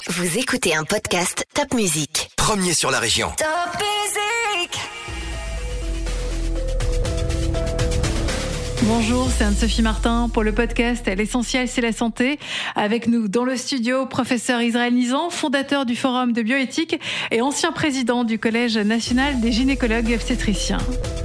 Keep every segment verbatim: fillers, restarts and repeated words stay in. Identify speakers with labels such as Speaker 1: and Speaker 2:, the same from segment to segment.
Speaker 1: Vous écoutez un podcast Top Music.
Speaker 2: Premier sur la région.
Speaker 1: Top Music.
Speaker 3: Bonjour, c'est Anne-Sophie Martin pour le podcast L'essentiel, c'est la santé. Avec nous dans le studio, professeur Israël Nizan, fondateur du Forum de bioéthique et ancien président du Collège national des gynécologues obstétriciens.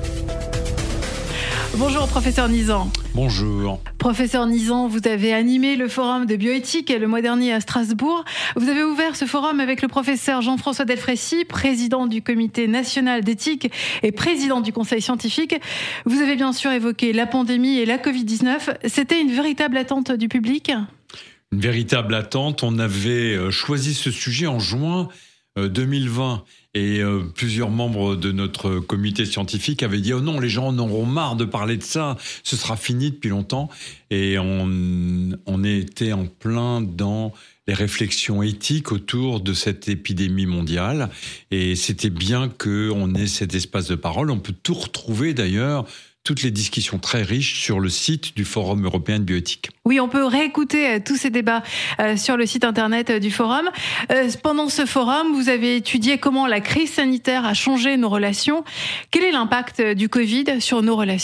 Speaker 3: Bonjour, professeur Nizan.
Speaker 4: Bonjour.
Speaker 3: Professeur Nizan, vous avez animé le forum de bioéthique le mois dernier à Strasbourg. Vous avez ouvert ce forum avec le professeur Jean-François Delfraissy, président du comité national d'éthique et président du conseil scientifique. Vous avez bien sûr évoqué la pandémie et la covid dix-neuf. C'était une véritable attente du public ?
Speaker 4: Une véritable attente. On avait choisi ce sujet en juin deux mille vingt. Et euh, plusieurs membres de notre comité scientifique avaient dit « Oh non, les gens en auront marre de parler de ça, ce sera fini depuis longtemps ». Et on, on était en plein dans les réflexions éthiques autour de cette épidémie mondiale. Et c'était bien qu'on ait cet espace de parole. On peut tout retrouver d'ailleurs, toutes les discussions très riches sur le site du Forum européen de bioéthique.
Speaker 3: Oui, on peut réécouter euh, tous ces débats euh, sur le site internet euh, du Forum. Euh, pendant ce forum, vous avez étudié comment la crise sanitaire a changé nos relations. Quel est l'impact du Covid sur nos relations ?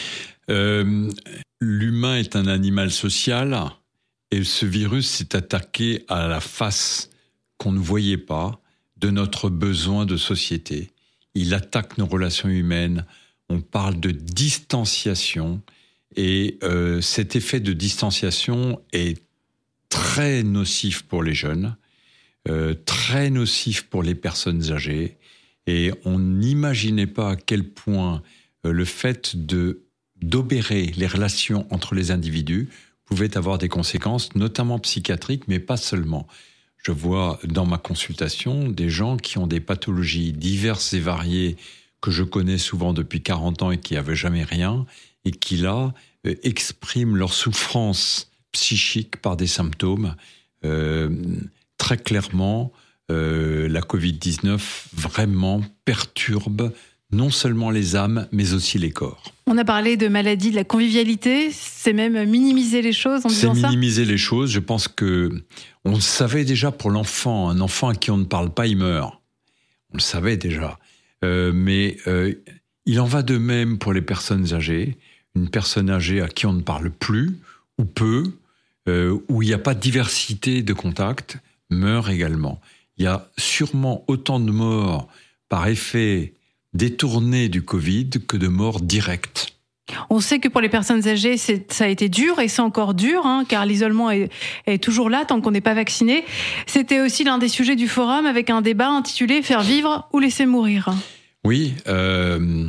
Speaker 4: euh, L'humain est un animal social et ce virus s'est attaqué à la face qu'on ne voyait pas de notre besoin de société. Il attaque nos relations humaines. On parle de distanciation et euh, cet effet de distanciation est très nocif pour les jeunes, euh, très nocif pour les personnes âgées et on n'imaginait pas à quel point euh, le fait de, d'obérer les relations entre les individus pouvait avoir des conséquences, notamment psychiatriques, mais pas seulement. Je vois dans ma consultation des gens qui ont des pathologies diverses et variées que je connais souvent depuis quarante ans et qui n'avaient jamais rien, et qui là euh, expriment leur souffrance psychique par des symptômes. Euh, très clairement, euh, la covid dix-neuf vraiment perturbe non seulement les âmes, mais aussi les corps.
Speaker 3: On a parlé de maladie, de la convivialité, c'est même minimiser les choses en disant ça ?
Speaker 4: C'est minimiser les choses, je pense que on le savait déjà pour l'enfant, un enfant à qui on ne parle pas, il meurt. On le savait déjà. Euh, mais euh, il en va de même pour les personnes âgées. Une personne âgée à qui on ne parle plus, ou peu, euh, où il n'y a pas de diversité de contacts, meurt également. Il y a sûrement autant de morts par effet détourné du Covid que de morts directes.
Speaker 3: On sait que pour les personnes âgées, c'est, ça a été dur et c'est encore dur, hein, car l'isolement est, est toujours là tant qu'on n'est pas vacciné. C'était aussi l'un des sujets du forum avec un débat intitulé « Faire vivre ou laisser mourir ».
Speaker 4: Oui, euh,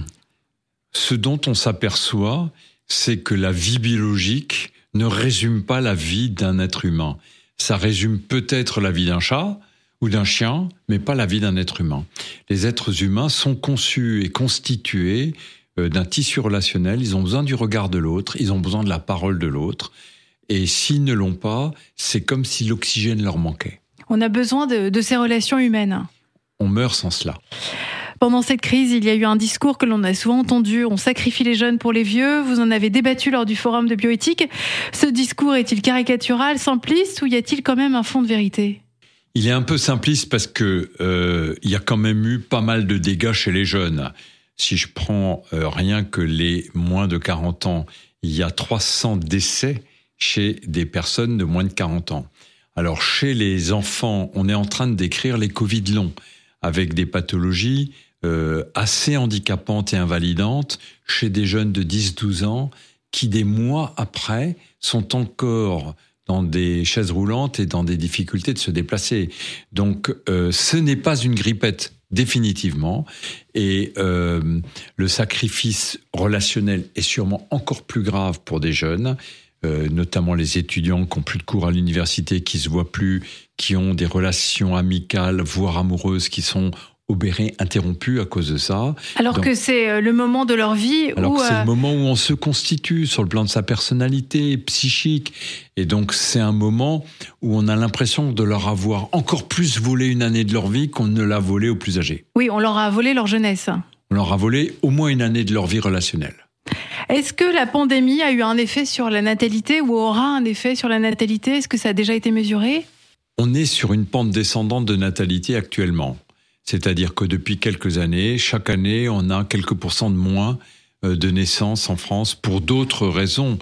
Speaker 4: ce dont on s'aperçoit, c'est que la vie biologique ne résume pas la vie d'un être humain. Ça résume peut-être la vie d'un chat ou d'un chien, mais pas la vie d'un être humain. Les êtres humains sont conçus et constitués d'un tissu relationnel, ils ont besoin du regard de l'autre, ils ont besoin de la parole de l'autre, et s'ils ne l'ont pas, c'est comme si l'oxygène leur manquait.
Speaker 3: On a besoin de, de ces relations humaines.
Speaker 4: On meurt sans cela.
Speaker 3: Pendant cette crise, il y a eu un discours que l'on a souvent entendu, on sacrifie les jeunes pour les vieux, vous en avez débattu lors du forum de bioéthique. Ce discours est-il caricatural, simpliste, ou y a-t-il quand même un fond de vérité ?
Speaker 4: Il est un peu simpliste parce que euh, il y a quand même eu pas mal de dégâts chez les jeunes. Si je prends euh, rien que les moins de quarante ans, il y a trois cents décès chez des personnes de moins de quarante ans. Alors, chez les enfants, on est en train de décrire les Covid longs, avec des pathologies euh, assez handicapantes et invalidantes chez des jeunes de dix à douze ans qui, des mois après, sont encore dans des chaises roulantes et dans des difficultés de se déplacer. Donc, euh, ce n'est pas une grippette, définitivement. Et euh, le sacrifice relationnel est sûrement encore plus grave pour des jeunes, euh, notamment les étudiants qui n'ont plus de cours à l'université, qui ne se voient plus, qui ont des relations amicales, voire amoureuses, qui sont obérées, interrompues à cause de ça.
Speaker 3: Alors Donc, que c'est le moment de leur vie
Speaker 4: alors
Speaker 3: où...
Speaker 4: que c'est
Speaker 3: euh...
Speaker 4: le moment où on se constitue sur le plan de sa personnalité psychique. Et donc, c'est un moment où on a l'impression de leur avoir encore plus volé une année de leur vie qu'on ne l'a volé aux plus âgés.
Speaker 3: Oui, on leur a volé leur jeunesse.
Speaker 4: On leur a volé au moins une année de leur vie relationnelle.
Speaker 3: Est-ce que la pandémie a eu un effet sur la natalité ou aura un effet sur la natalité ? Est-ce que ça a déjà été mesuré ?
Speaker 4: On est sur une pente descendante de natalité actuellement. C'est-à-dire que depuis quelques années, chaque année, on a quelques pourcents de moins de naissances en France pour d'autres raisons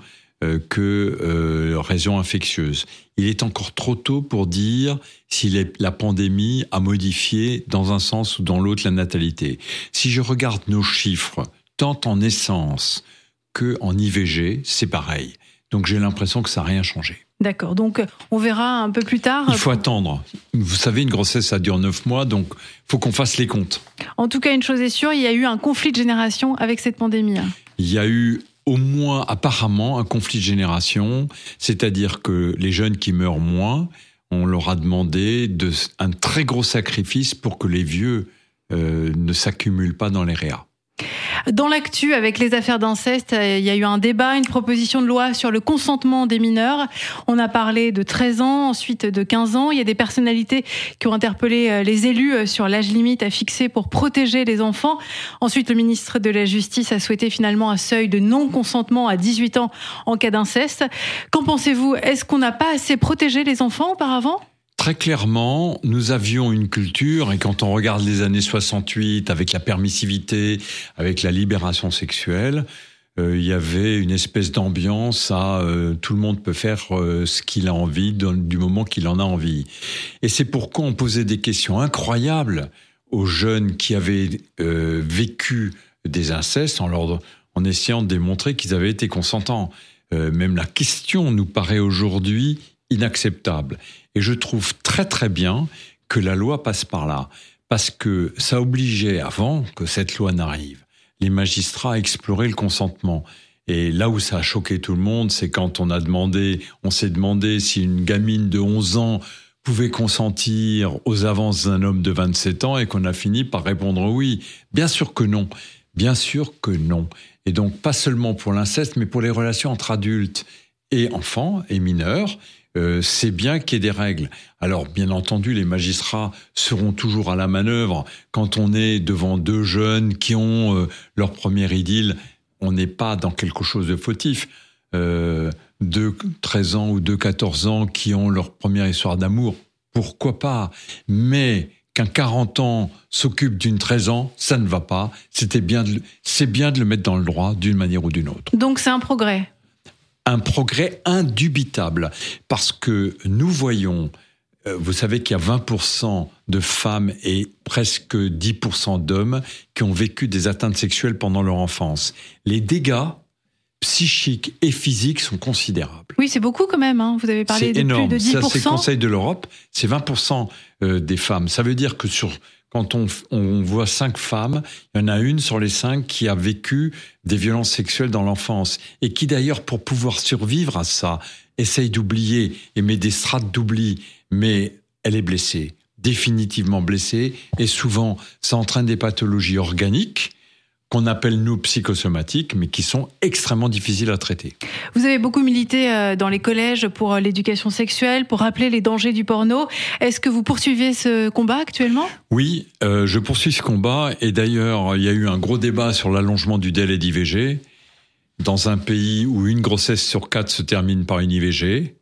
Speaker 4: que euh, raisons infectieuses. Il est encore trop tôt pour dire si les, la pandémie a modifié dans un sens ou dans l'autre la natalité. Si je regarde nos chiffres, tant en naissance qu'en I V G, c'est pareil. Donc j'ai l'impression que ça n'a rien changé.
Speaker 3: D'accord, donc on verra un peu plus tard.
Speaker 4: Il faut attendre. Vous savez, une grossesse, ça dure neuf mois, donc il faut qu'on fasse les comptes.
Speaker 3: En tout cas, une chose est sûre, il y a eu un conflit de génération avec cette pandémie.
Speaker 4: Il y a eu au moins, apparemment, un conflit de génération, c'est-à-dire que les jeunes qui meurent moins, on leur a demandé de, un très gros sacrifice pour que les vieux euh, ne s'accumulent pas dans les réas.
Speaker 3: Dans l'actu, avec les affaires d'inceste, il y a eu un débat, une proposition de loi sur le consentement des mineurs. On a parlé de treize ans, ensuite de quinze ans. Il y a des personnalités qui ont interpellé les élus sur l'âge limite à fixer pour protéger les enfants. Ensuite, le ministre de la Justice a souhaité finalement un seuil de non-consentement à dix-huit ans en cas d'inceste. Qu'en pensez-vous ? Est-ce qu'on n'a pas assez protégé les enfants auparavant ?
Speaker 4: Très clairement, nous avions une culture, et quand on regarde les années soixante-huit, avec la permissivité, avec la libération sexuelle, euh, il y avait une espèce d'ambiance à euh, tout le monde peut faire euh, ce qu'il a envie, dans, du moment qu'il en a envie. Et c'est pourquoi on posait des questions incroyables aux jeunes qui avaient euh, vécu des incestes, en, leur, en essayant de démontrer qu'ils avaient été consentants. Euh, même la question nous paraît aujourd'hui inacceptable. Et je trouve très très bien que la loi passe par là, parce que ça obligeait, avant que cette loi n'arrive, les magistrats à explorer le consentement. Et là où ça a choqué tout le monde, c'est quand on a demandé, on s'est demandé si une gamine de onze ans pouvait consentir aux avances d'un homme de vingt-sept ans, et qu'on a fini par répondre oui. Bien sûr que non. Bien sûr que non. Et donc, pas seulement pour l'inceste, mais pour les relations entre adultes et enfants et mineurs, Euh, c'est bien qu'il y ait des règles. Alors, bien entendu, les magistrats seront toujours à la manœuvre. Quand on est devant deux jeunes qui ont euh, leur première idylle, on n'est pas dans quelque chose de fautif. Euh, deux treize ans ou deux quatorze ans qui ont leur première histoire d'amour, pourquoi pas ? Mais qu'un quarante ans s'occupe d'une treize ans, ça ne va pas. C'était bien de, c'est bien de le mettre dans le droit d'une manière ou d'une autre.
Speaker 3: Donc c'est un progrès ?
Speaker 4: Un progrès indubitable, parce que nous voyons, euh, vous savez qu'il y a vingt pour cent de femmes et presque dix pour cent d'hommes qui ont vécu des atteintes sexuelles pendant leur enfance. Les dégâts psychiques et physiques sont considérables.
Speaker 3: Oui, c'est beaucoup quand même, hein. Vous avez parlé
Speaker 4: c'est
Speaker 3: de
Speaker 4: énorme.
Speaker 3: plus de dix pour cent.
Speaker 4: Ça, c'est le Conseil de l'Europe, c'est vingt pour cent des femmes. Ça veut dire que sur... Quand on, on voit cinq femmes, il y en a une sur les cinq qui a vécu des violences sexuelles dans l'enfance et qui d'ailleurs, pour pouvoir survivre à ça, essaye d'oublier et met des strates d'oubli, mais elle est blessée, définitivement blessée, et souvent ça entraîne des pathologies organiques qu'on appelle nous psychosomatiques, mais qui sont extrêmement difficiles à traiter.
Speaker 3: Vous avez beaucoup milité dans les collèges pour l'éducation sexuelle, pour rappeler les dangers du porno. Est-ce que vous poursuivez ce combat actuellement ?
Speaker 4: Oui, euh, je poursuis ce combat, et d'ailleurs, il y a eu un gros débat sur l'allongement du délai d'I V G. Dans un pays où une grossesse sur quatre se termine par une I V G,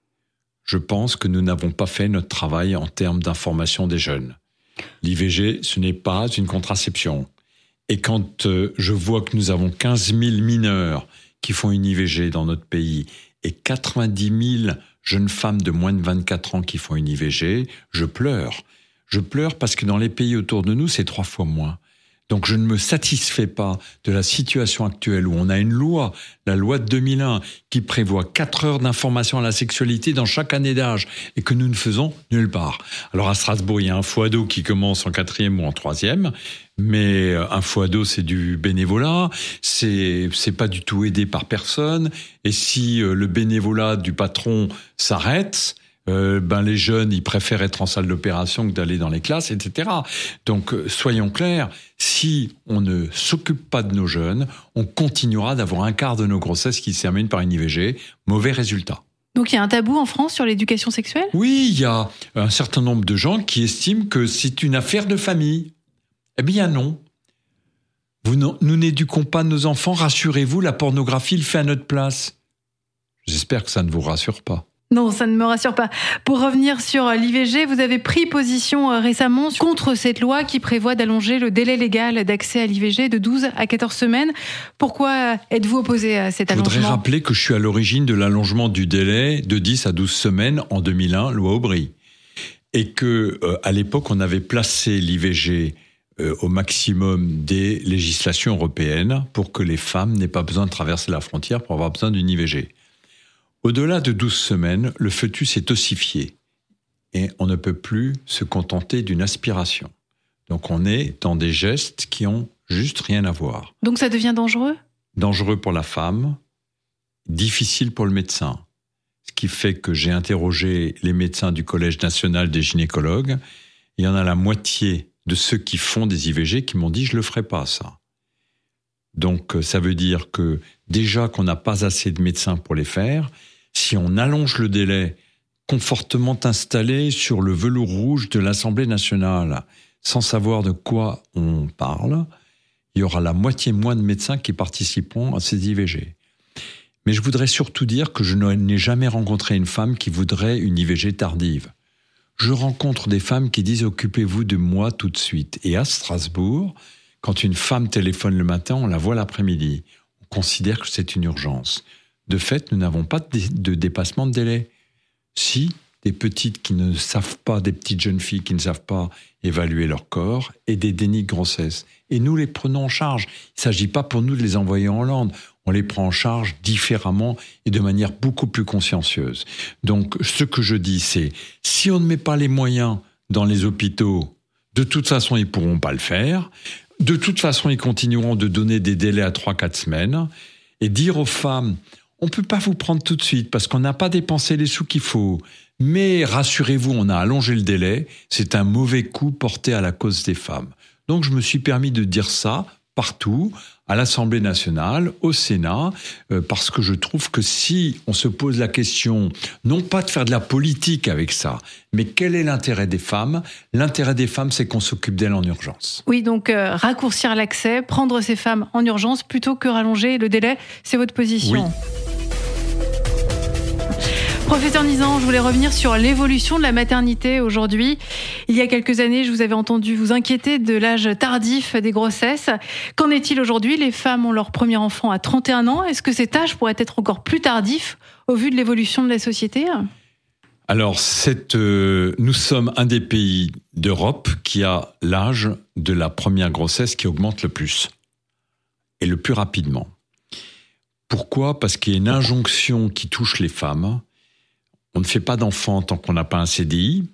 Speaker 4: je pense que nous n'avons pas fait notre travail en termes d'information des jeunes. L'I V G, ce n'est pas une contraception. Et quand euh, je vois que nous avons quinze mille mineurs qui font une I V G dans notre pays et quatre-vingt-dix mille jeunes femmes de moins de vingt-quatre ans qui font une I V G, je pleure. Je pleure parce que dans les pays autour de nous, c'est trois fois moins. Donc je ne me satisfais pas de la situation actuelle où on a une loi, la loi de deux mille un, qui prévoit quatre heures d'information à la sexualité dans chaque année d'âge et que nous ne faisons nulle part. Alors à Strasbourg, il y a un foie-d'eau qui commence en quatrième ou en troisième, mais un foie-d'eau, c'est du bénévolat, c'est, c'est pas du tout aidé par personne, et si le bénévolat du patron s'arrête, Euh, ben les jeunes, ils préfèrent être en salle d'opération que d'aller dans les classes, et cetera. Donc, euh, soyons clairs, si on ne s'occupe pas de nos jeunes, on continuera d'avoir un quart de nos grossesses qui se terminent par une I V G. Mauvais résultat.
Speaker 3: Donc, il y a un tabou en France sur l'éducation sexuelle ?
Speaker 4: Oui, il y a un certain nombre de gens qui estiment que c'est une affaire de famille. Eh bien non. Vous, non, nous n'éduquons pas nos enfants, rassurez-vous, la pornographie le fait à notre place. J'espère que ça ne vous rassure pas.
Speaker 3: Non, ça ne me rassure pas. Pour revenir sur l'I V G, vous avez pris position récemment contre cette loi qui prévoit d'allonger le délai légal d'accès à l'I V G de douze à quatorze semaines. Pourquoi êtes-vous opposé à cet allongement ?
Speaker 4: Je voudrais rappeler que je suis à l'origine de l'allongement du délai de dix à douze semaines en deux mille un, loi Aubry. Et que, euh, à l'époque, on avait placé l'I V G euh, au maximum des législations européennes pour que les femmes n'aient pas besoin de traverser la frontière pour avoir besoin d'une I V G. Au-delà de douze semaines, le fœtus est ossifié et on ne peut plus se contenter d'une aspiration. Donc on est dans des gestes qui ont juste rien à voir.
Speaker 3: Donc ça devient dangereux ?
Speaker 4: Dangereux pour la femme, difficile pour le médecin. Ce qui fait que j'ai interrogé les médecins du Collège national des gynécologues. Il y en a la moitié de ceux qui font des I V G qui m'ont dit « je ne le ferai pas ça ». Donc ça veut dire que déjà qu'on n'a pas assez de médecins pour les faire. Si on allonge le délai confortablement installé sur le velours rouge de l'Assemblée nationale, sans savoir de quoi on parle, il y aura la moitié moins de médecins qui participeront à ces I V G. Mais je voudrais surtout dire que je n'ai jamais rencontré une femme qui voudrait une I V G tardive. Je rencontre des femmes qui disent « occupez-vous de moi tout de suite ». Et à Strasbourg, quand une femme téléphone le matin, on la voit l'après-midi. On considère que c'est une urgence. De fait, nous n'avons pas de, de dépassement de délai. Si des petites qui ne savent pas, des petites jeunes filles qui ne savent pas évaluer leur corps et des dénis de grossesse. Et nous les prenons en charge. Il ne s'agit pas pour nous de les envoyer en Hollande. On les prend en charge différemment et de manière beaucoup plus consciencieuse. Donc, ce que je dis, c'est si on ne met pas les moyens dans les hôpitaux, de toute façon, ils ne pourront pas le faire. De toute façon, ils continueront de donner des délais à trois à quatre semaines et dire aux femmes... On ne peut pas vous prendre tout de suite parce qu'on n'a pas dépensé les sous qu'il faut. Mais rassurez-vous, on a allongé le délai. C'est un mauvais coup porté à la cause des femmes. Donc je me suis permis de dire ça partout, à l'Assemblée nationale, au Sénat, euh, parce que je trouve que si on se pose la question, non pas de faire de la politique avec ça, mais quel est l'intérêt des femmes ? L'intérêt des femmes, c'est qu'on s'occupe d'elles en urgence.
Speaker 3: Oui, donc euh, raccourcir l'accès, prendre ces femmes en urgence plutôt que rallonger le délai, c'est votre position.
Speaker 4: Oui.
Speaker 3: Professeur Nizan, je voulais revenir sur l'évolution de la maternité aujourd'hui. Il y a quelques années, je vous avais entendu vous inquiéter de l'âge tardif des grossesses. Qu'en est-il aujourd'hui ? Les femmes ont leur premier enfant à trente et un ans. Est-ce que cet âge pourrait être encore plus tardif au vu de l'évolution de la société ?
Speaker 4: Alors, cette, euh, nous sommes un des pays d'Europe qui a l'âge de la première grossesse qui augmente le plus et le plus rapidement. Pourquoi ? Parce qu'il y a une injonction qui touche les femmes. On ne fait pas d'enfants tant qu'on n'a pas un C D I.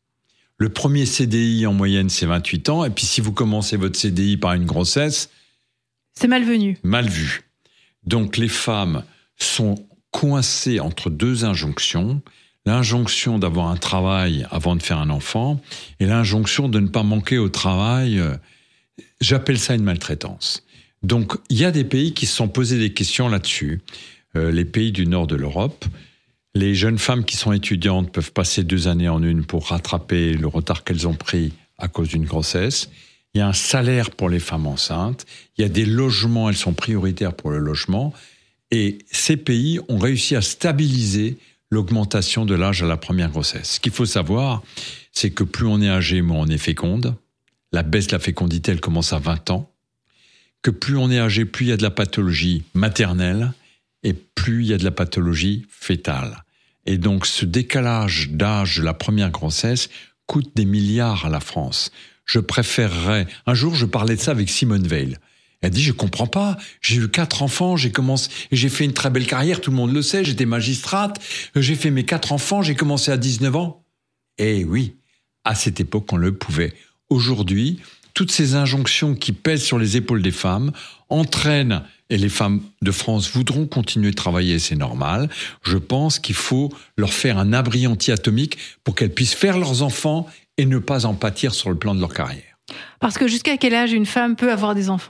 Speaker 4: Le premier C D I, en moyenne, c'est vingt-huit ans. Et puis, si vous commencez votre C D I par une grossesse...
Speaker 3: C'est malvenu.
Speaker 4: Mal vu. Donc, les femmes sont coincées entre deux injonctions. L'injonction d'avoir un travail avant de faire un enfant et l'injonction de ne pas manquer au travail. J'appelle ça une maltraitance. Donc, il y a des pays qui se sont posés des questions là-dessus. Euh, les pays du nord de l'Europe... Les jeunes femmes qui sont étudiantes peuvent passer deux années en une pour rattraper le retard qu'elles ont pris à cause d'une grossesse. Il y a un salaire pour les femmes enceintes. Il y a des logements, elles sont prioritaires pour le logement. Et ces pays ont réussi à stabiliser l'augmentation de l'âge à la première grossesse. Ce qu'il faut savoir, c'est que plus on est âgé, moins on est féconde. La baisse de la fécondité, elle commence à vingt ans. Que plus on est âgé, plus il y a de la pathologie maternelle. Et plus il y a de la pathologie fœtale. Et donc, ce décalage d'âge de la première grossesse coûte des milliards à la France. Je préférerais... Un jour, je parlais de ça avec Simone Veil. Elle dit, je comprends pas, j'ai eu quatre enfants, j'ai commencé, j'ai fait une très belle carrière, tout le monde le sait, j'étais magistrate, j'ai fait mes quatre enfants, j'ai commencé à dix-neuf ans. Eh oui, à cette époque, on le pouvait. Aujourd'hui, toutes ces injonctions qui pèsent sur les épaules des femmes entraînent, et les femmes de France voudront continuer de travailler, c'est normal. Je pense qu'il faut leur faire un abri anti-atomique pour qu'elles puissent faire leurs enfants et ne pas en pâtir sur le plan de leur carrière.
Speaker 3: Parce que jusqu'à quel âge une femme peut avoir des enfants ?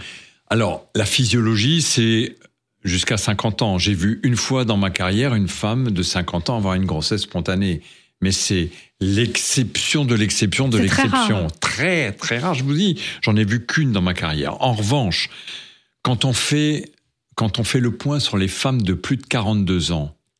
Speaker 4: Alors, la physiologie, c'est jusqu'à cinquante ans. J'ai vu une fois dans ma carrière une femme de cinquante ans avoir une grossesse spontanée. Mais c'est l'exception de l'exception de
Speaker 3: c'est
Speaker 4: l'exception.
Speaker 3: Très,
Speaker 4: très, très rare, je vous dis. J'en ai vu qu'une dans ma carrière. En revanche, quand on fait, quand on fait le point sur les femmes de plus de quarante-deux ans,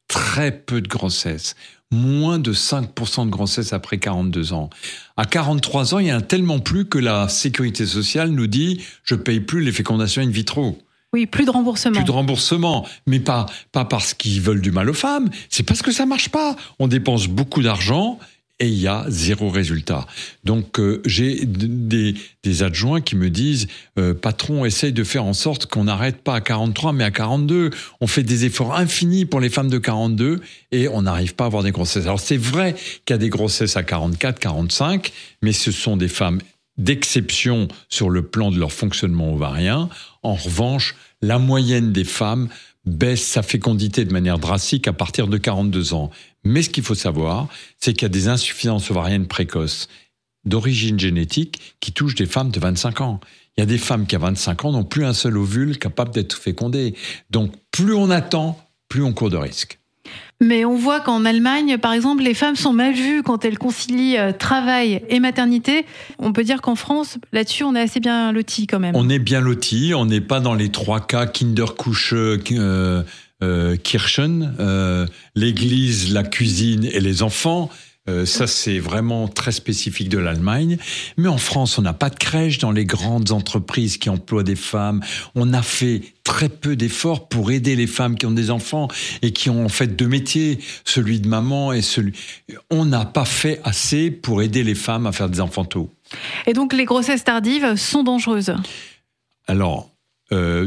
Speaker 4: très peu de grossesses. Moins de cinq pour cent de grossesses après quarante-deux ans. À quarante-trois ans, il y en a tellement plus que la sécurité sociale nous dit « je paye plus les fécondations in vitro ».
Speaker 3: Oui, plus de remboursement.
Speaker 4: Plus de remboursement, mais pas, pas parce qu'ils veulent du mal aux femmes, c'est parce que ça marche pas. On dépense beaucoup d'argent et il y a zéro résultat. Donc euh, j'ai des, des adjoints qui me disent euh, « Patron, essaye de faire en sorte qu'on n'arrête pas à quarante-trois, mais à quarante-deux. On fait des efforts infinis pour les femmes de quarante-deux et on n'arrive pas à avoir des grossesses. » Alors c'est vrai qu'il y a des grossesses à quarante-quatre, quarante-cinq, mais ce sont des femmes d'exception sur le plan de leur fonctionnement ovarien. En revanche, la moyenne des femmes baisse sa fécondité de manière drastique à partir de quarante-deux ans. Mais ce qu'il faut savoir, c'est qu'il y a des insuffisances ovariennes précoces d'origine génétique qui touchent des femmes de vingt-cinq ans. Il y a des femmes qui, à vingt-cinq ans, n'ont plus un seul ovule capable d'être fécondé. Donc, plus on attend, plus on court de risques.
Speaker 3: Mais on voit qu'en Allemagne, par exemple, les femmes sont mal vues quand elles concilient euh, travail et maternité. On peut dire qu'en France, là-dessus, on est assez bien lotis quand même.
Speaker 4: On est bien lotis, on n'est pas dans les trois cas Kinderküche, euh, euh, Kirchen, euh, l'église, la cuisine et les enfants. Euh, ça, c'est vraiment très spécifique de l'Allemagne. Mais en France, on n'a pas de crèche dans les grandes entreprises qui emploient des femmes. On a fait très peu d'efforts pour aider les femmes qui ont des enfants et qui ont en fait deux métiers, celui de maman et celui... On n'a pas fait assez pour aider les femmes à faire des enfants tôt.
Speaker 3: Et donc, les grossesses tardives sont dangereuses ?
Speaker 4: Alors, euh,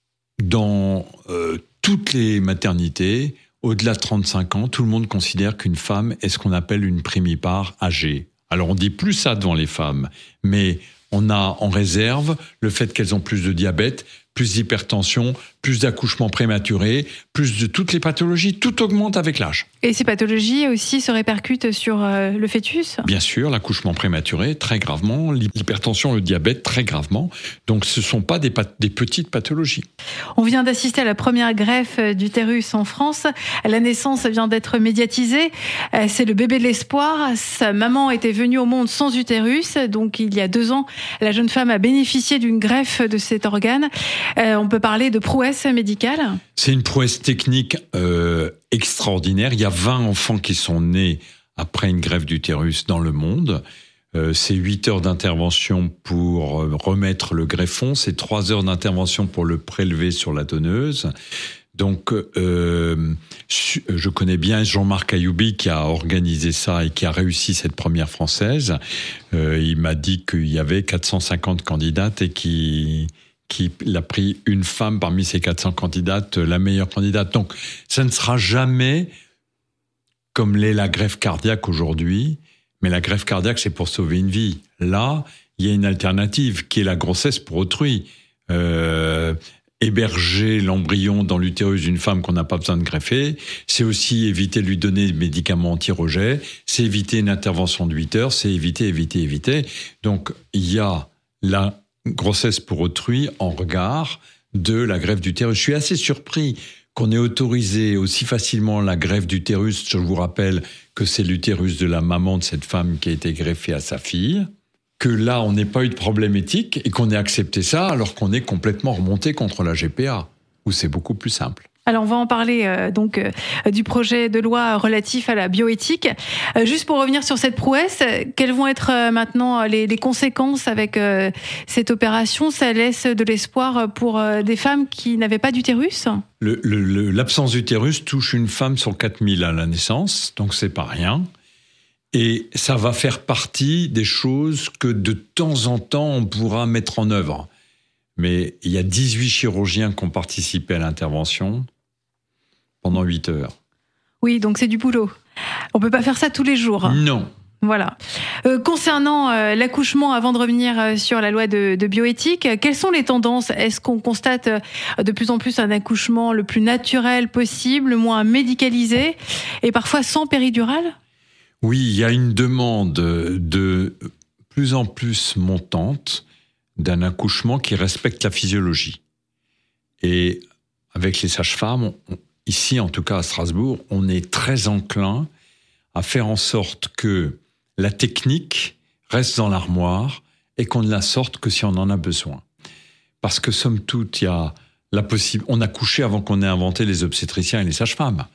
Speaker 4: dans euh, toutes les maternités... Au-delà de trente-cinq ans, tout le monde considère qu'une femme est ce qu'on appelle une primipare âgée. Alors on dit plus ça devant les femmes, mais on a en réserve le fait qu'elles ont plus de diabète, plus d'hypertension, plus d'accouchements prématurés, plus de toutes les pathologies, tout augmente avec l'âge.
Speaker 3: Et ces pathologies aussi se répercutent sur euh, le fœtus ?
Speaker 4: Bien sûr, l'accouchement prématuré, très gravement, l'hypertension, le diabète, très gravement. Donc ce ne sont pas des, pat- des petites pathologies.
Speaker 3: On vient d'assister à la première greffe d'utérus en France. La naissance vient d'être médiatisée. C'est le bébé de l'espoir. Sa maman était venue au monde sans utérus. Donc il y a deux ans, la jeune femme a bénéficié d'une greffe de cet organe. Euh, on peut parler de prouesse médicale ?
Speaker 4: C'est une prouesse technique euh, extraordinaire. Il y a vingt enfants qui sont nés après une greffe d'utérus dans le monde. Euh, c'est huit heures d'intervention pour remettre le greffon. C'est trois heures d'intervention pour le prélever sur la donneuse. Donc, euh, je connais bien Jean-Marc Ayoubi qui a organisé ça et qui a réussi cette première française. Euh, il m'a dit qu'il y avait quatre cent cinquante candidates et qui... qu'il a pris une femme parmi ces quatre cents candidates, la meilleure candidate. Donc, ça ne sera jamais comme l'est la greffe cardiaque aujourd'hui, mais la greffe cardiaque, c'est pour sauver une vie. Là, il y a une alternative, qui est la grossesse pour autrui. Euh, héberger l'embryon dans l'utérus d'une femme qu'on n'a pas besoin de greffer, c'est aussi éviter de lui donner des médicaments anti-rejet, c'est éviter une intervention de huit heures, c'est éviter, éviter, éviter. Donc, il y a la grossesse pour autrui en regard de la greffe d'utérus. Je suis assez surpris qu'on ait autorisé aussi facilement la greffe d'utérus. Je vous rappelle que c'est l'utérus de la maman de cette femme qui a été greffée à sa fille. Que là, on n'ait pas eu de problème éthique et qu'on ait accepté ça alors qu'on est complètement remonté contre la G P A, où c'est beaucoup plus simple.
Speaker 3: Alors on va en parler euh, donc euh, du projet de loi relatif à la bioéthique. Euh, juste pour revenir sur cette prouesse, quelles vont être euh, maintenant les, les conséquences avec euh, cette opération ? Ça laisse de l'espoir pour euh, des femmes qui n'avaient pas d'utérus ?
Speaker 4: le, le, le, L'absence d'utérus touche une femme sur quatre mille à la naissance, donc c'est pas rien. Et ça va faire partie des choses que de temps en temps on pourra mettre en œuvre. Mais il y a dix-huit chirurgiens qui ont participé à l'intervention pendant huit heures.
Speaker 3: Oui, donc c'est du boulot. On peut pas faire ça tous les jours.
Speaker 4: Non.
Speaker 3: Voilà. Euh, concernant euh, l'accouchement, avant de revenir euh, sur la loi de, de bioéthique, euh, quelles sont les tendances ? Est-ce qu'on constate euh, de plus en plus un accouchement le plus naturel possible, le moins médicalisé et parfois sans péridurale ?
Speaker 4: Oui, il y a une demande de plus en plus montante d'un accouchement qui respecte la physiologie. Et avec les sages-femmes, on, ici en tout cas à Strasbourg, on est très enclin à faire en sorte que la technique reste dans l'armoire et qu'on ne la sorte que si on en a besoin. Parce que somme toute, il y a la possible, on a couché avant qu'on ait inventé les obstétriciens et les sages-femmes.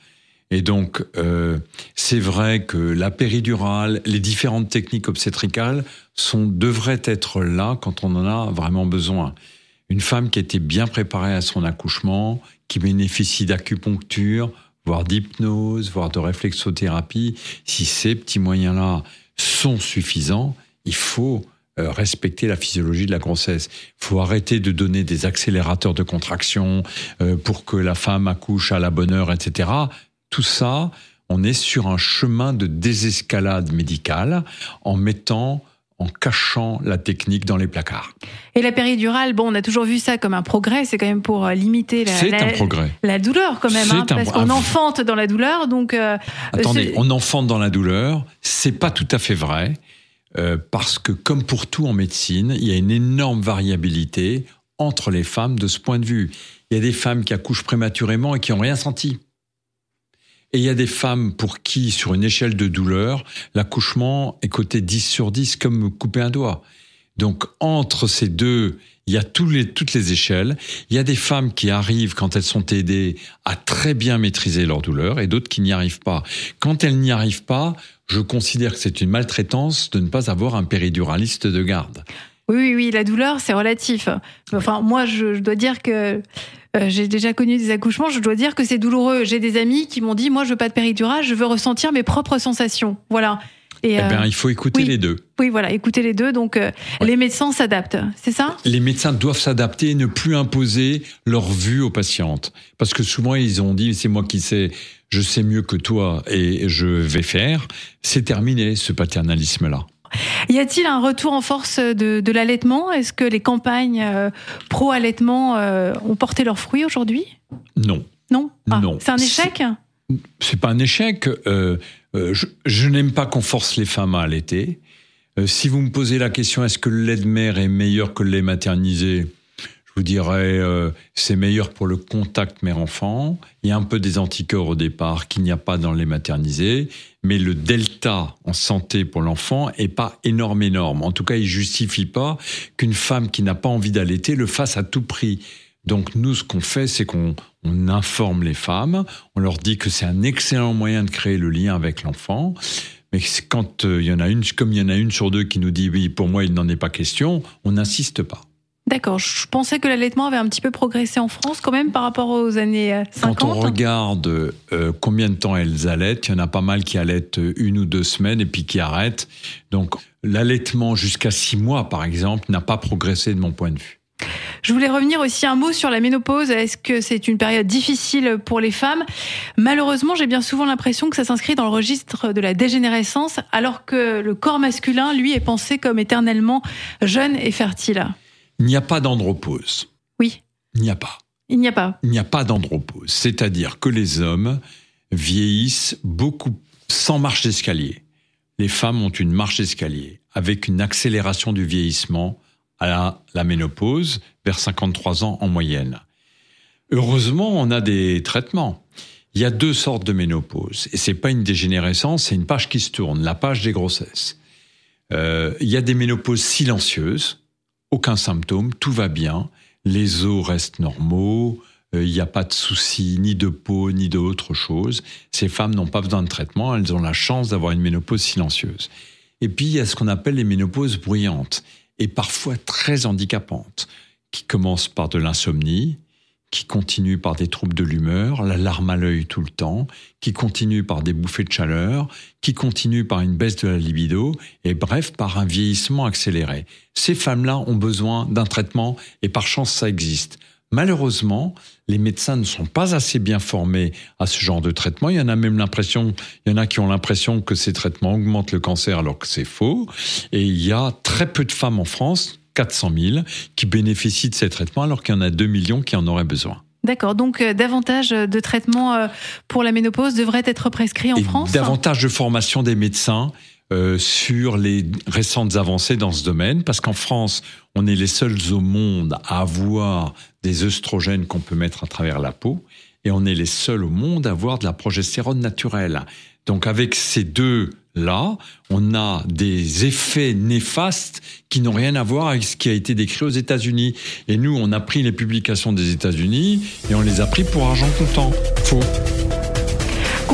Speaker 4: Et donc, euh, c'est vrai que la péridurale, les différentes techniques obstétricales sont, devraient être là quand on en a vraiment besoin. Une femme qui était bien préparée à son accouchement, qui bénéficie d'acupuncture, voire d'hypnose, voire de réflexothérapie, si ces petits moyens-là sont suffisants, il faut euh, respecter la physiologie de la grossesse. Il faut arrêter de donner des accélérateurs de contraction euh, pour que la femme accouche à la bonne heure, et cetera. Tout ça, on est sur un chemin de désescalade médicale en mettant, en cachant la technique dans les placards.
Speaker 3: Et la péridurale, bon, on a toujours vu ça comme un progrès, c'est quand même pour limiter la,
Speaker 4: c'est
Speaker 3: la,
Speaker 4: un progrès.
Speaker 3: la douleur quand même, hein, parce qu'on enfante dans la douleur. Donc, euh,
Speaker 4: Attendez,
Speaker 3: c'est...
Speaker 4: on enfante dans la douleur, c'est pas tout à fait vrai, euh, parce que comme pour tout en médecine, il y a une énorme variabilité entre les femmes de ce point de vue. Il y a des femmes qui accouchent prématurément et qui n'ont rien senti. Et il y a des femmes pour qui, sur une échelle de douleur, l'accouchement est coté dix sur dix, comme couper un doigt. Donc, entre ces deux, il y a tous les, toutes les échelles. Il y a des femmes qui arrivent, quand elles sont aidées, à très bien maîtriser leur douleur, et d'autres qui n'y arrivent pas. Quand elles n'y arrivent pas, je considère que c'est une maltraitance de ne pas avoir un périduraliste de garde.
Speaker 3: Oui, oui, oui, la douleur, c'est relatif. Enfin, moi, je, je dois dire que euh, j'ai déjà connu des accouchements, je dois dire que c'est douloureux. J'ai des amis qui m'ont dit, moi, je veux pas de péridurale, je veux ressentir mes propres sensations. Voilà. Et,
Speaker 4: eh bien,
Speaker 3: euh,
Speaker 4: il faut écouter
Speaker 3: oui,
Speaker 4: les deux.
Speaker 3: Oui, voilà, écouter les deux. Donc, euh, ouais. Les médecins s'adaptent, c'est ça ?
Speaker 4: Les médecins doivent s'adapter et ne plus imposer leur vue aux patientes. Parce que souvent, ils ont dit, c'est moi qui sais, je sais mieux que toi et je vais faire. C'est terminé, ce paternalisme-là.
Speaker 3: Y a-t-il un retour en force de, de l'allaitement ? Est-ce que les campagnes euh, pro-allaitement euh, ont porté leurs fruits aujourd'hui ?
Speaker 4: Non.
Speaker 3: Non ? Ah,
Speaker 4: non.
Speaker 3: C'est un échec ?
Speaker 4: C'est, c'est pas un échec. Euh, euh, je, je n'aime pas qu'on force les femmes à allaiter. Euh, si vous me posez la question, est-ce que le lait de mère est meilleur que le lait maternisé ? Je vous dirais, euh, c'est meilleur pour le contact mère-enfant. Il y a un peu des anticorps au départ qu'il n'y a pas dans le lait maternisé, mais le delta en santé pour l'enfant est pas énorme, énorme. En tout cas, il justifie pas qu'une femme qui n'a pas envie d'allaiter le fasse à tout prix. Donc nous, ce qu'on fait, c'est qu'on on informe les femmes, on leur dit que c'est un excellent moyen de créer le lien avec l'enfant. Mais quand euh, il y en a une, comme il y en a une sur deux qui nous dit oui, pour moi, il n'en est pas question, on n'insiste pas.
Speaker 3: D'accord, je pensais que l'allaitement avait un petit peu progressé en France quand même par rapport aux années cinquante.
Speaker 4: Quand on regarde euh, combien de temps elles allaitent, il y en a pas mal qui allaitent une ou deux semaines et puis qui arrêtent. Donc l'allaitement jusqu'à six mois, par exemple, n'a pas progressé de mon point de vue.
Speaker 3: Je voulais revenir aussi un mot sur la ménopause. Est-ce que c'est une période difficile pour les femmes ? Malheureusement, j'ai bien souvent l'impression que ça s'inscrit dans le registre de la dégénérescence, alors que le corps masculin, lui, est pensé comme éternellement jeune et fertile.
Speaker 4: Il n'y a pas d'andropause.
Speaker 3: Oui.
Speaker 4: Il n'y a pas.
Speaker 3: Il n'y a pas.
Speaker 4: Il n'y a pas d'andropause. C'est-à-dire que les hommes vieillissent beaucoup sans marche d'escalier. Les femmes ont une marche d'escalier avec une accélération du vieillissement à la, la ménopause vers cinquante-trois ans en moyenne. Heureusement, on a des traitements. Il y a deux sortes de ménopause. Et c'est pas une dégénérescence, c'est une page qui se tourne, la page des grossesses. Euh, il y a des ménopauses silencieuses. Aucun symptôme, tout va bien, les os restent normaux, il euh, n'y a pas de soucis ni de peau ni d'autre chose. Ces femmes n'ont pas besoin de traitement, elles ont la chance d'avoir une ménopause silencieuse. Et puis il y a ce qu'on appelle les ménopauses bruyantes, et parfois très handicapantes, qui commencent par de l'insomnie, qui continuent par des troubles de l'humeur, la larme à l'œil tout le temps, qui continuent par des bouffées de chaleur, qui continuent par une baisse de la libido, et bref, par un vieillissement accéléré. Ces femmes-là ont besoin d'un traitement, et par chance, ça existe. Malheureusement, les médecins ne sont pas assez bien formés à ce genre de traitement. Il y en a même l'impression, il y en a qui ont l'impression que ces traitements augmentent le cancer, alors que c'est faux. Et il y a très peu de femmes en France, quatre cent mille, qui bénéficient de ces traitements alors qu'il y en a deux millions qui en auraient besoin.
Speaker 3: D'accord, donc euh, davantage de traitements euh, pour la ménopause devraient être prescrits en
Speaker 4: Et
Speaker 3: France ?
Speaker 4: Davantage de formation des médecins euh, sur les récentes avancées dans ce domaine, parce qu'en France, on est les seuls au monde à avoir des œstrogènes qu'on peut mettre à travers la peau, et on est les seuls au monde à avoir de la progestérone naturelle. Donc avec ces deux-là, on a des effets néfastes qui n'ont rien à voir avec ce qui a été décrit aux États-Unis. Et nous, on a pris les publications des États-Unis et on les a pris pour argent comptant. Faux.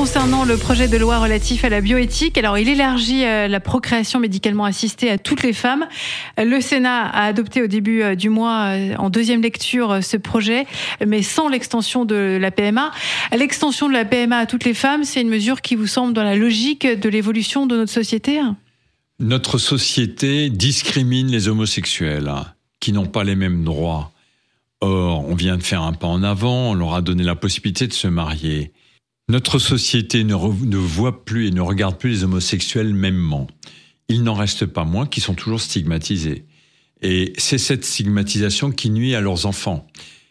Speaker 3: concernant le projet de loi relatif à la bioéthique. Alors, il élargit la procréation médicalement assistée à toutes les femmes. Le Sénat a adopté au début du mois, en deuxième lecture, ce projet, mais sans l'extension de la P M A. L'extension de la P M A à toutes les femmes, c'est une mesure qui vous semble dans la logique de l'évolution de notre société ?
Speaker 4: Notre société discrimine les homosexuels qui n'ont pas les mêmes droits. Or, on vient de faire un pas en avant, on leur a donné la possibilité de se marier. Notre société ne, re, ne voit plus et ne regarde plus les homosexuels mêmement. Il n'en reste pas moins qu'ils sont toujours stigmatisés. Et c'est cette stigmatisation qui nuit à leurs enfants.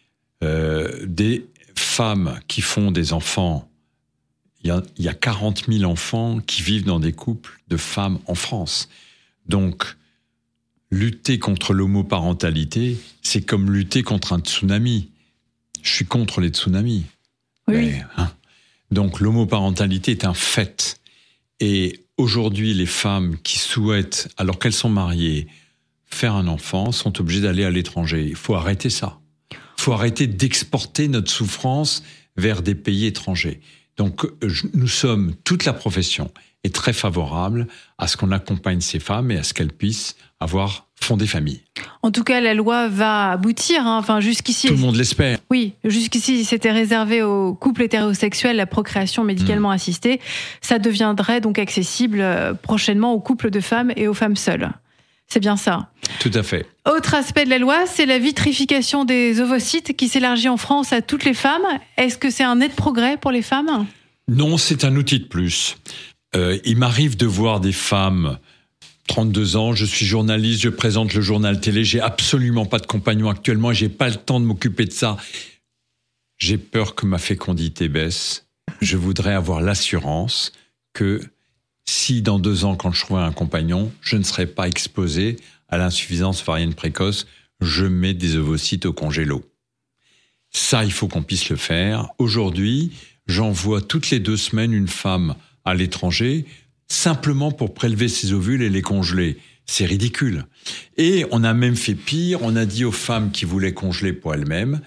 Speaker 4: Euh, des femmes qui font des enfants, il y a, il y a quarante mille enfants qui vivent dans des couples de femmes en France. Donc, lutter contre l'homoparentalité, c'est comme lutter contre un tsunami. Je suis contre les tsunamis.
Speaker 3: Oui.
Speaker 4: Mais, hein, donc, l'homoparentalité est un fait. Et aujourd'hui, les femmes qui souhaitent, alors qu'elles sont mariées, faire un enfant, sont obligées d'aller à l'étranger. Il faut arrêter ça. Il faut arrêter d'exporter notre souffrance vers des pays étrangers. Donc, nous sommes, toute la profession est très favorable à ce qu'on accompagne ces femmes et à ce qu'elles puissent avoir fondé famille.
Speaker 3: En tout cas, la loi va aboutir. Hein. Enfin, jusqu'ici,
Speaker 4: tout le monde l'espère.
Speaker 3: Oui, jusqu'ici, c'était réservé aux couples hétérosexuels, la procréation médicalement mmh. assistée. Ça deviendrait donc accessible prochainement aux couples de femmes et aux femmes seules. C'est bien ça.
Speaker 4: Tout à fait.
Speaker 3: Autre aspect de la loi, c'est la vitrification des ovocytes qui s'élargit en France à toutes les femmes. Est-ce que c'est un net progrès pour les femmes ?
Speaker 4: Non, c'est un outil de plus. Euh, il m'arrive de voir des femmes, trente-deux ans, je suis journaliste, je présente le journal télé, j'ai absolument pas de compagnon actuellement, j'ai pas le temps de m'occuper de ça. J'ai peur que ma fécondité baisse. Je voudrais avoir l'assurance que si dans deux ans, quand je trouverai un compagnon, je ne serai pas exposé à l'insuffisance ovarienne précoce, je mets des ovocytes au congélo. Ça, il faut qu'on puisse le faire. Aujourd'hui, j'envoie toutes les deux semaines une femme à l'étranger, simplement pour prélever ses ovules et les congeler. C'est ridicule. Et on a même fait pire, on a dit aux femmes qui voulaient congeler pour elles-mêmes,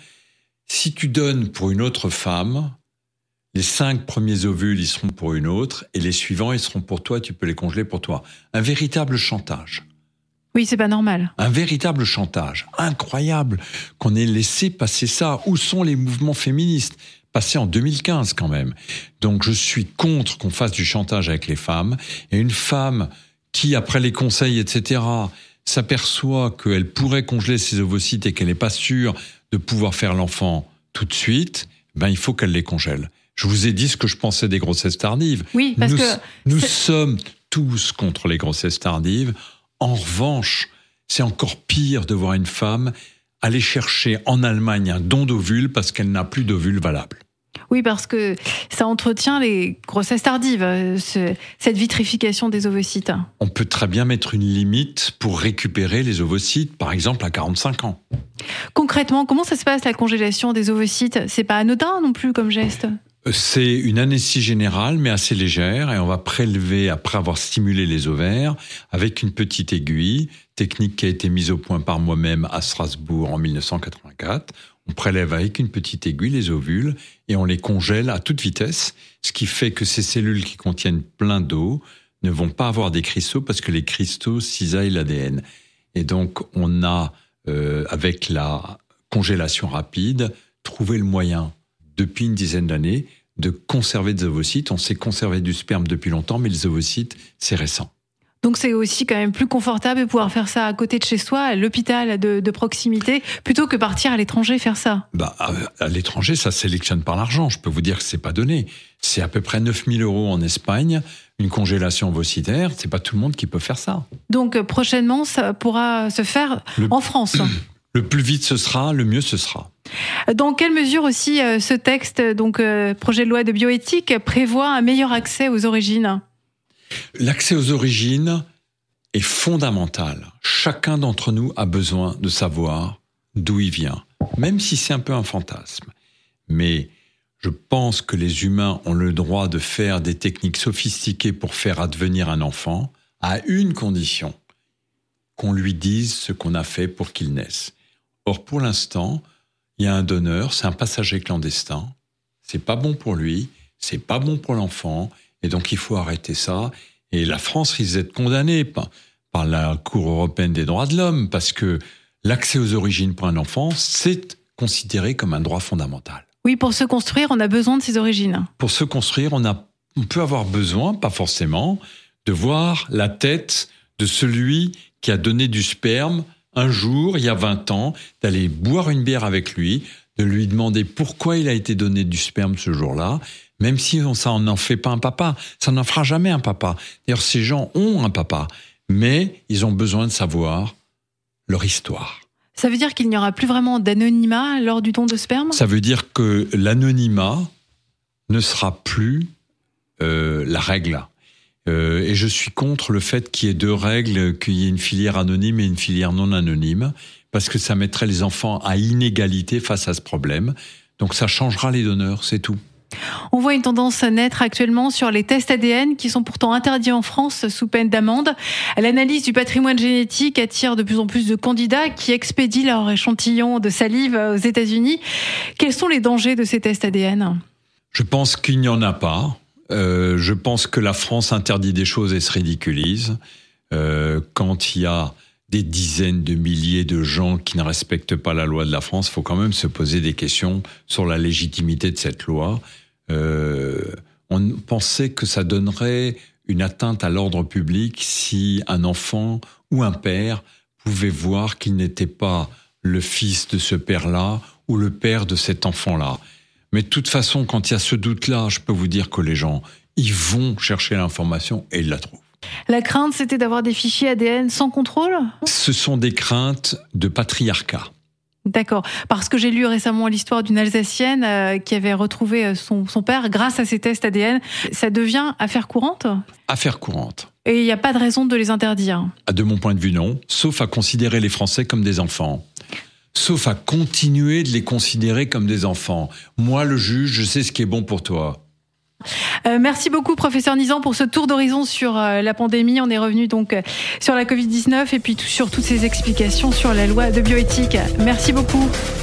Speaker 4: si tu donnes pour une autre femme, les cinq premiers ovules, ils seront pour une autre, et les suivants, ils seront pour toi, tu peux les congeler pour toi. Un véritable chantage.
Speaker 3: Oui, c'est pas normal.
Speaker 4: Un véritable chantage. Incroyable qu'on ait laissé passer ça. Où sont les mouvements féministes ? Passé en deux mille quinze quand même. Donc je suis contre qu'on fasse du chantage avec les femmes. Et une femme qui, après les conseils, et cetera, s'aperçoit qu'elle pourrait congeler ses ovocytes et qu'elle n'est pas sûre de pouvoir faire l'enfant tout de suite, ben il faut qu'elle les congèle. Je vous ai dit ce que je pensais des grossesses tardives.
Speaker 3: Oui, parce
Speaker 4: nous,
Speaker 3: que...
Speaker 4: Nous
Speaker 3: c'est...
Speaker 4: sommes tous contre les grossesses tardives. En revanche, c'est encore pire de voir une femme aller chercher en Allemagne un don d'ovules parce qu'elle n'a plus d'ovules valables.
Speaker 3: Oui, parce que ça entretient les grossesses tardives, ce, cette vitrification des ovocytes.
Speaker 4: On peut très bien mettre une limite pour récupérer les ovocytes, par exemple à quarante-cinq ans.
Speaker 3: Concrètement, comment ça se passe la congélation des ovocytes ? C'est pas anodin non plus comme geste ?
Speaker 4: C'est une anesthésie générale, mais assez légère, et on va prélever, après avoir stimulé les ovaires, avec une petite aiguille, technique qui a été mise au point par moi-même à Strasbourg en dix-neuf cent quatre-vingt-quatre. On prélève avec une petite aiguille les ovules et on les congèle à toute vitesse, ce qui fait que ces cellules qui contiennent plein d'eau ne vont pas avoir des cristaux parce que les cristaux cisaillent l'A D N. Et donc, on a, euh, avec la congélation rapide, trouvé le moyen, depuis une dizaine d'années, de conserver des ovocytes. On sait conserver du sperme depuis longtemps, mais les ovocytes, c'est récent.
Speaker 3: Donc c'est aussi quand même plus confortable de pouvoir faire ça à côté de chez soi, à l'hôpital de, de proximité, plutôt que partir à l'étranger faire ça.
Speaker 4: Bah, à, à l'étranger, ça sélectionne par l'argent. Je peux vous dire que c'est pas donné. C'est à peu près neuf mille euros en Espagne, une congélation ovocytaire. C'est pas tout le monde qui peut faire ça.
Speaker 3: Donc prochainement, ça pourra se faire le, en France.
Speaker 4: Le plus vite ce sera, le mieux ce sera.
Speaker 3: Dans quelle mesure aussi euh, ce texte, donc euh, projet de loi de bioéthique, prévoit un meilleur accès aux origines ?
Speaker 4: L'accès aux origines est fondamental. Chacun d'entre nous a besoin de savoir d'où il vient, même si c'est un peu un fantasme. Mais je pense que les humains ont le droit de faire des techniques sophistiquées pour faire advenir un enfant, à une condition, qu'on lui dise ce qu'on a fait pour qu'il naisse. Or, pour l'instant, il y a un donneur, c'est un passager clandestin, c'est pas bon pour lui, c'est pas bon pour l'enfant, et donc il faut arrêter ça. Et la France risque d'être condamnée par, par la Cour européenne des droits de l'homme, parce que l'accès aux origines pour un enfant, c'est considéré comme un droit fondamental.
Speaker 3: Oui, pour se construire, on a besoin de ses origines.
Speaker 4: Pour se construire, on, a, on peut avoir besoin, pas forcément, de voir la tête de celui qui a donné du sperme un jour, il y a vingt ans, d'aller boire une bière avec lui, de lui demander pourquoi il a été donné du sperme ce jour-là, même si on, ça n'en fait pas un papa. Ça n'en fera jamais un papa. D'ailleurs, ces gens ont un papa, mais ils ont besoin de savoir leur histoire.
Speaker 3: Ça veut dire qu'il n'y aura plus vraiment d'anonymat lors du don de sperme ?
Speaker 4: Ça veut dire que l'anonymat ne sera plus euh, la règle. Euh, et je suis contre le fait qu'il y ait deux règles, qu'il y ait une filière anonyme et une filière non anonyme, parce que ça mettrait les enfants à inégalité face à ce problème. Donc ça changera les donneurs, c'est tout.
Speaker 3: On voit une tendance naître actuellement sur les tests A D N qui sont pourtant interdits en France sous peine d'amende. L'analyse du patrimoine génétique attire de plus en plus de candidats qui expédient leur échantillon de salive aux États-Unis. Quels sont les dangers de ces tests A D N ?
Speaker 4: Je pense qu'il n'y en a pas. Euh, je pense que la France interdit des choses et se ridiculise. Euh, quand il y a des dizaines de milliers de gens qui ne respectent pas la loi de la France, il faut quand même se poser des questions sur la légitimité de cette loi. Euh, on pensait que ça donnerait une atteinte à l'ordre public si un enfant ou un père pouvait voir qu'il n'était pas le fils de ce père-là ou le père de cet enfant-là. Mais de toute façon, quand il y a ce doute-là, je peux vous dire que les gens, ils vont chercher l'information et ils la trouvent.
Speaker 3: La crainte, c'était d'avoir des fichiers A D N sans contrôle ?
Speaker 4: Ce sont des craintes de patriarcat.
Speaker 3: D'accord. Parce que j'ai lu récemment l'histoire d'une Alsacienne euh, qui avait retrouvé son, son père grâce à ces tests A D N. Ça devient affaire courante ?
Speaker 4: Affaire courante.
Speaker 3: Et il n'y a pas de raison de les interdire ?
Speaker 4: De mon point de vue, non. Sauf à considérer les Français comme des enfants. Sauf à continuer de les considérer comme des enfants. Moi, le juge, je sais ce qui est bon pour toi.
Speaker 3: Euh, merci beaucoup, professeur Nizan, pour ce tour d'horizon sur euh, la pandémie. On est revenu donc euh, sur la covid dix-neuf et puis tout, sur toutes ces explications sur la loi de bioéthique. Merci beaucoup.